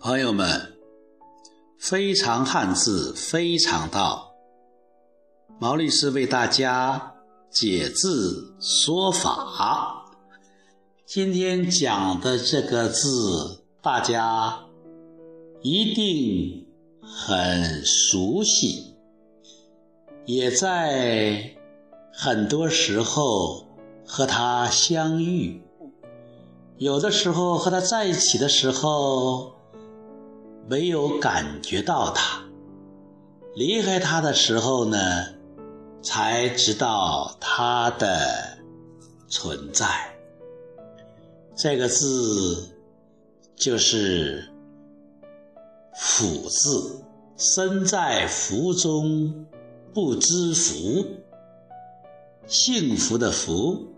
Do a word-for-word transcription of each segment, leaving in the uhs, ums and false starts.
朋友们，非常汉字非常道，毛律师为大家解字说法。今天讲的这个字大家一定很熟悉，也在很多时候和它相遇，有的时候和它在一起的时候没有感觉到它，离开它的时候呢，才知道它的存在。这个字就是福字，身在福中不知福，幸福的福。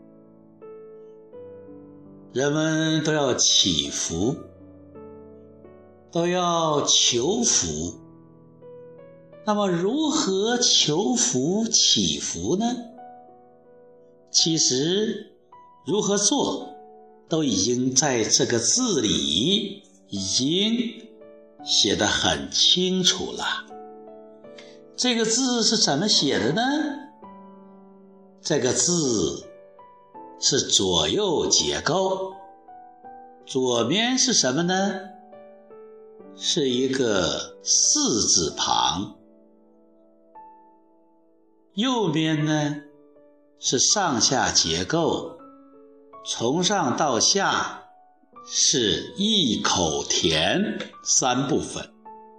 人们都要祈福，都要求福，那么如何求福祈福呢？其实如何做都已经在这个字里已经写得很清楚了。这个字是怎么写的呢？这个字是左右结构，左边是什么呢？是一个四字旁，右边呢是上下结构，从上到下是一口田三部分。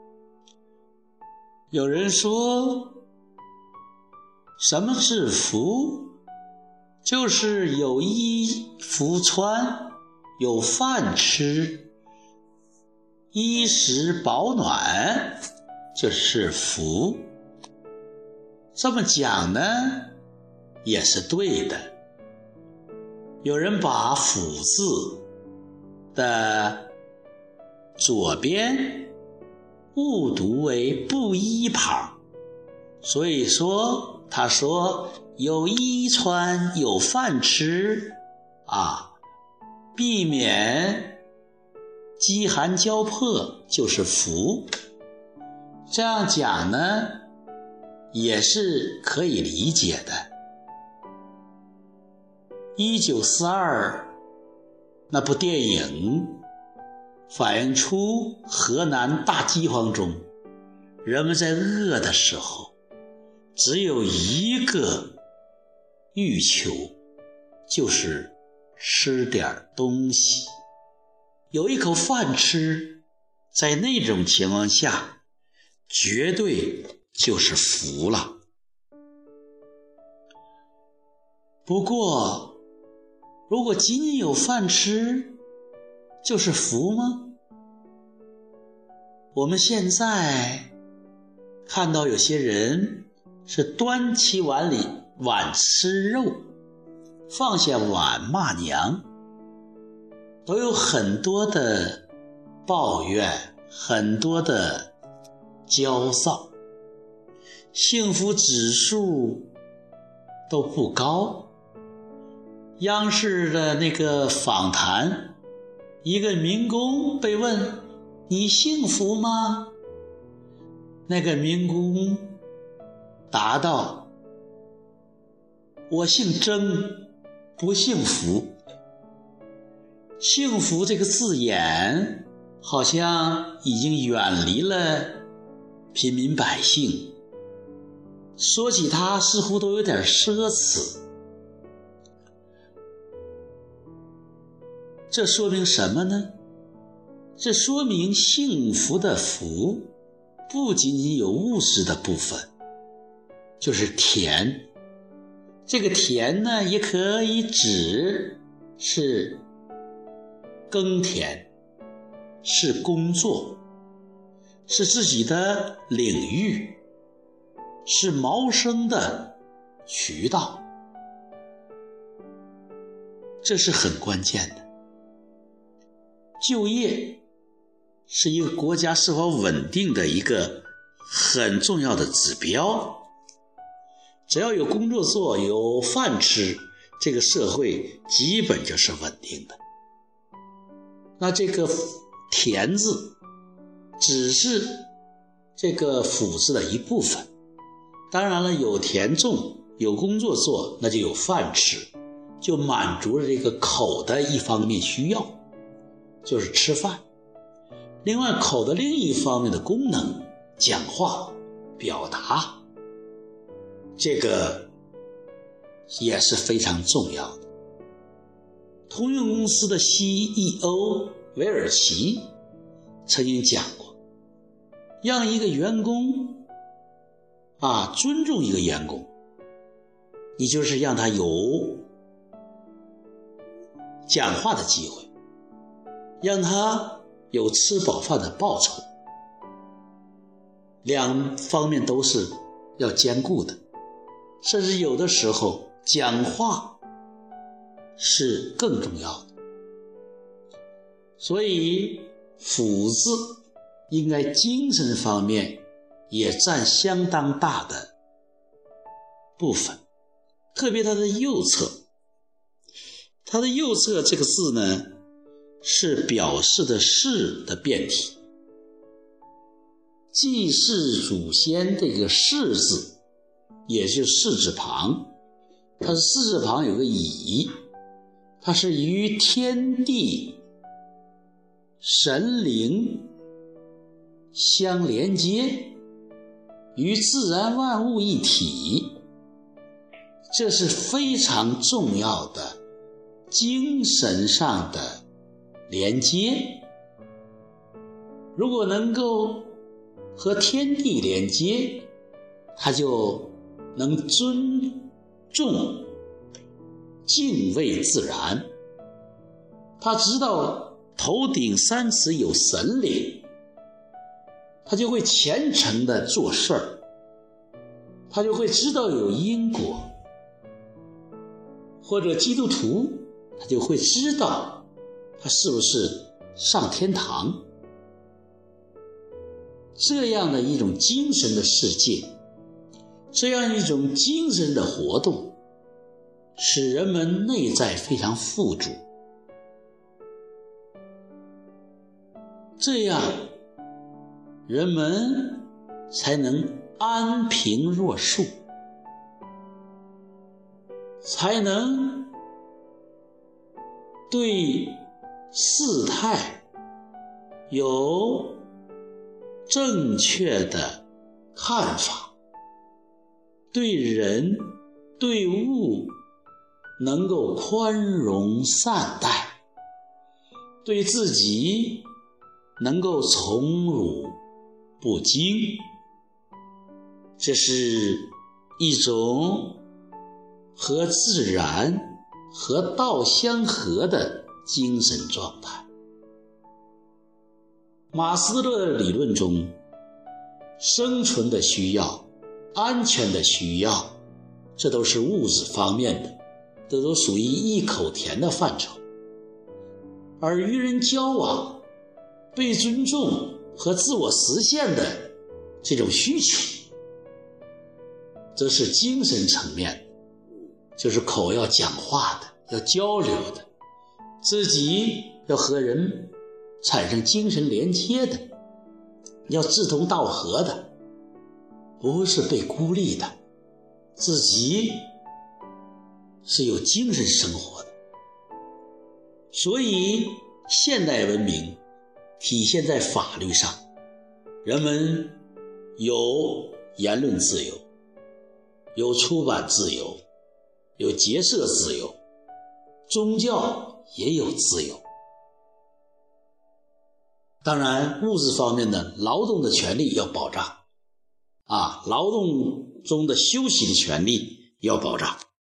有人说，什么是福？就是有衣服穿，有饭吃，衣食保暖，就是福。这么讲呢，也是对的。有人把福字的左边误读为布衣旁，所以说他说有衣穿，有饭吃啊，避免饥寒交迫就是福。这样讲呢也是可以理解的。一九四二那部电影反映出河南大饥荒中，人们在饿的时候只有一个欲求，就是吃点东西，有一口饭吃，在那种情况下绝对就是福了。不过如果仅仅有饭吃就是福吗？我们现在看到有些人是端起碗里碗吃肉，放下碗骂娘，都有很多的抱怨，很多的焦躁，幸福指数都不高。央视的那个访谈，一个民工被问，你幸福吗？那个民工答道，我姓曾，不幸福。幸福这个字眼好像已经远离了平民百姓，说起它似乎都有点奢侈。这说明什么呢？这说明幸福的福不仅仅有物质的部分，就是田。这个田呢，也可以指是耕田，是工作，是自己的领域，是谋生的渠道，这是很关键的。就业是一个国家是否稳定的一个很重要的指标。只要有工作做，有饭吃，这个社会基本就是稳定的。那这个田字只是这个府子的一部分。当然了，有田种，有工作做，那就有饭吃，就满足了这个口的一方面需要，就是吃饭。另外，口的另一方面的功能，讲话、表达，这个也是非常重要的。通用公司的 C E O 韦尔奇曾经讲过，让一个员工啊尊重一个员工，你就是让他有讲话的机会，让他有吃饱饭的报酬，两方面都是要兼顾的。甚至有的时候讲话是更重要的。所以府子应该精神方面也占相当大的部分，特别它的右侧，它的右侧这个字呢，是表示的士的变体，祭祀祖先这个士字，也就是士字旁，它是士字旁有个乙，它是与天地神灵相连接，与自然万物一体，这是非常重要的精神上的连接。如果能够和天地连接，他就能尊重敬畏自然，他知道头顶三尺有神灵，他就会虔诚的做事儿，他就会知道有因果。或者基督徒，他就会知道他是不是上天堂。这样的一种精神的世界，这样一种精神的活动，使人们内在非常富足，这样人们才能安平若树，才能对事态有正确的看法，对人对物能够宽容善待，对自己能够从容不惊。这是一种和自然和道相合的精神状态。马斯洛的理论中，生存的需要、安全的需要，这都是物质方面的，这都属于一口田的范畴。而与人交往、被尊重和自我实现的这种需求，则是精神层面的，就是口要讲话的，要交流的，自己要和人产生精神连接的，要志同道合的，不是被孤立的，自己是有精神生活的。所以现代文明体现在法律上，人们有言论自由，有出版自由，有结社自由，宗教也有自由。当然物质方面的劳动的权利要保障啊，劳动中的休息的权利要保障。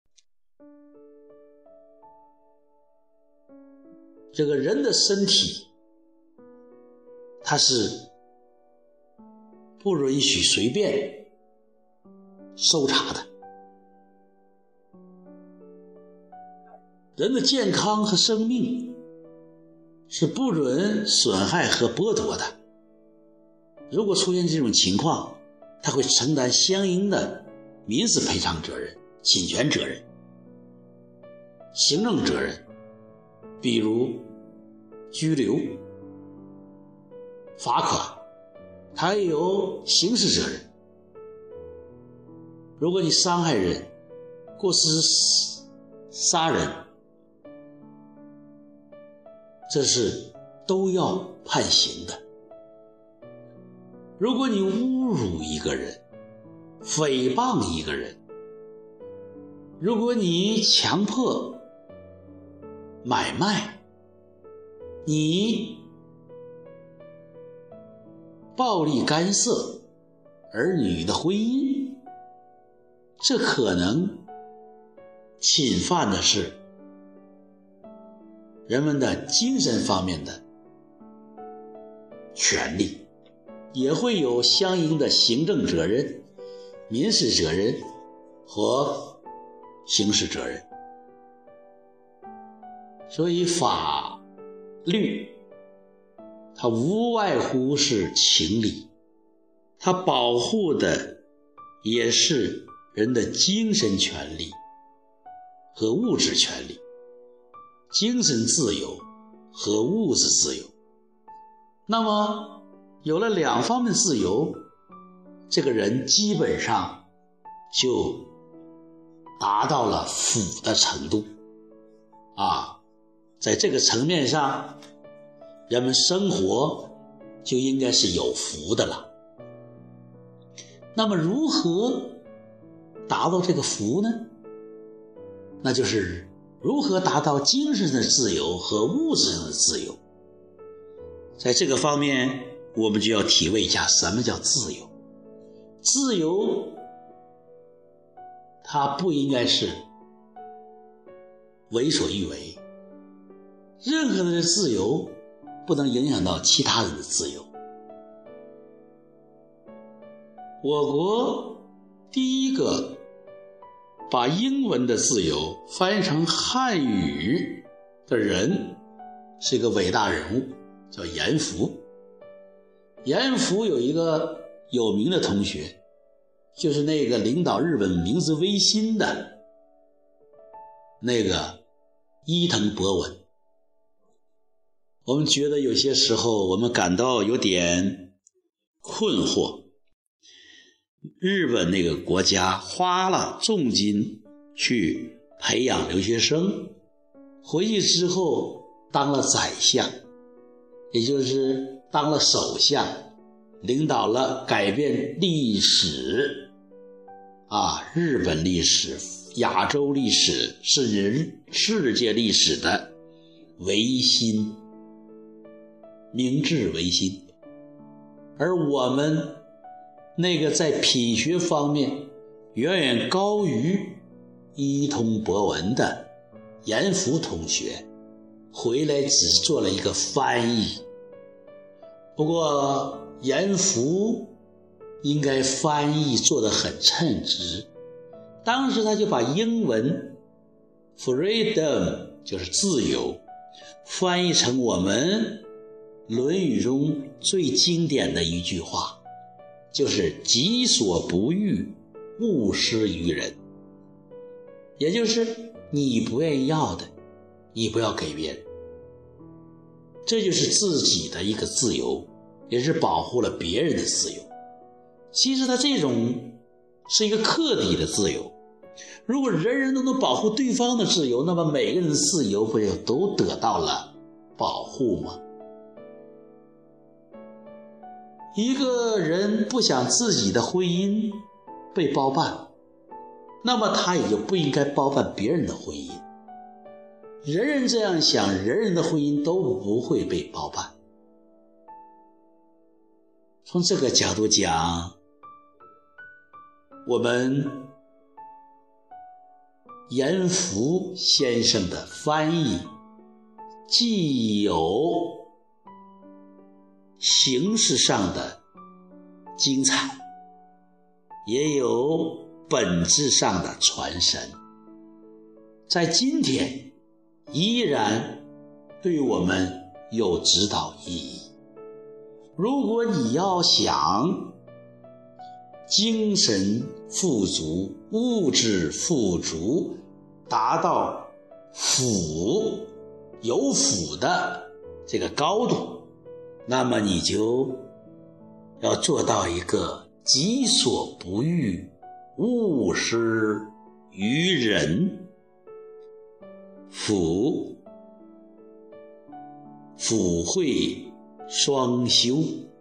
这个人的身体它是不允许随便搜查的，人的健康和生命是不准损害和剥夺的。如果出现这种情况，他会承担相应的民事赔偿责任、侵权责任、行政责任，比如拘留、罚款他也有刑事责任。如果你伤害人，过失杀人，这是都要判刑的。如果你侮辱一个人，诽谤一个人，如果你强迫买卖，你暴力干涉儿女的婚姻，这可能侵犯的是人们的精神方面的权利，也会有相应的行政责任、民事责任和刑事责任。所以法律它无外乎是情理，它保护的也是人的精神权利和物质权利，精神自由和物质自由。那么有了两方面自由，这个人基本上就达到了福的程度啊，在这个层面上，人们生活就应该是有福的了。那么如何达到这个福呢？那就是如何达到精神的自由和物质上的自由。在这个方面，我们就要体会一下什么叫自由。自由它不应该是为所欲为，任何人的自由不能影响到其他人的自由。我国第一个把英文的自由翻译成汉语的人是一个伟大人物，叫严复。严复有一个有名的同学，就是那个领导日本明治维新的那个伊藤博文。我们觉得有些时候我们感到有点困惑，日本那个国家花了重金去培养留学生，回去之后当了宰相，也就是当了首相，领导了改变历史啊，日本历史、亚洲历史，甚至世界历史的维新，明治维新。而我们那个在品学方面远远高于伊藤博文的严复同学，回来只做了一个翻译。不过严复应该翻译做得很称职，当时他就把英文 freedom 就是自由翻译成我们论语中最经典的一句话，就是己所不欲，勿施于人。也就是你不愿意要的，你不要给别人。这就是自己的一个自由，也是保护了别人的自由。其实他这种是一个客体的自由。如果人人都能保护对方的自由，那么每个人的自由不就都得到了保护吗？一个人不想自己的婚姻被包办，那么他也就不应该包办别人的婚姻。人人这样想，人人的婚姻都不会被包办。从这个角度讲，我们严复先生的翻译既有形式上的精彩，也有本质上的传神，在今天依然对我们有指导意义。如果你要想精神富足、物质富足，达到福有福的这个高度，那么你就要做到一个己所不欲，勿施于人。辅辅会双修，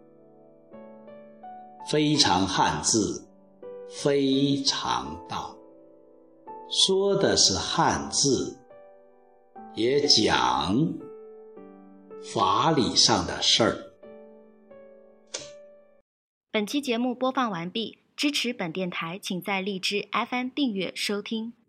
非常汉字，非常道。说的是汉字，也讲法理上的事儿。 本期节目播放完毕，支持本电台，请在荔枝 F M 订阅收听。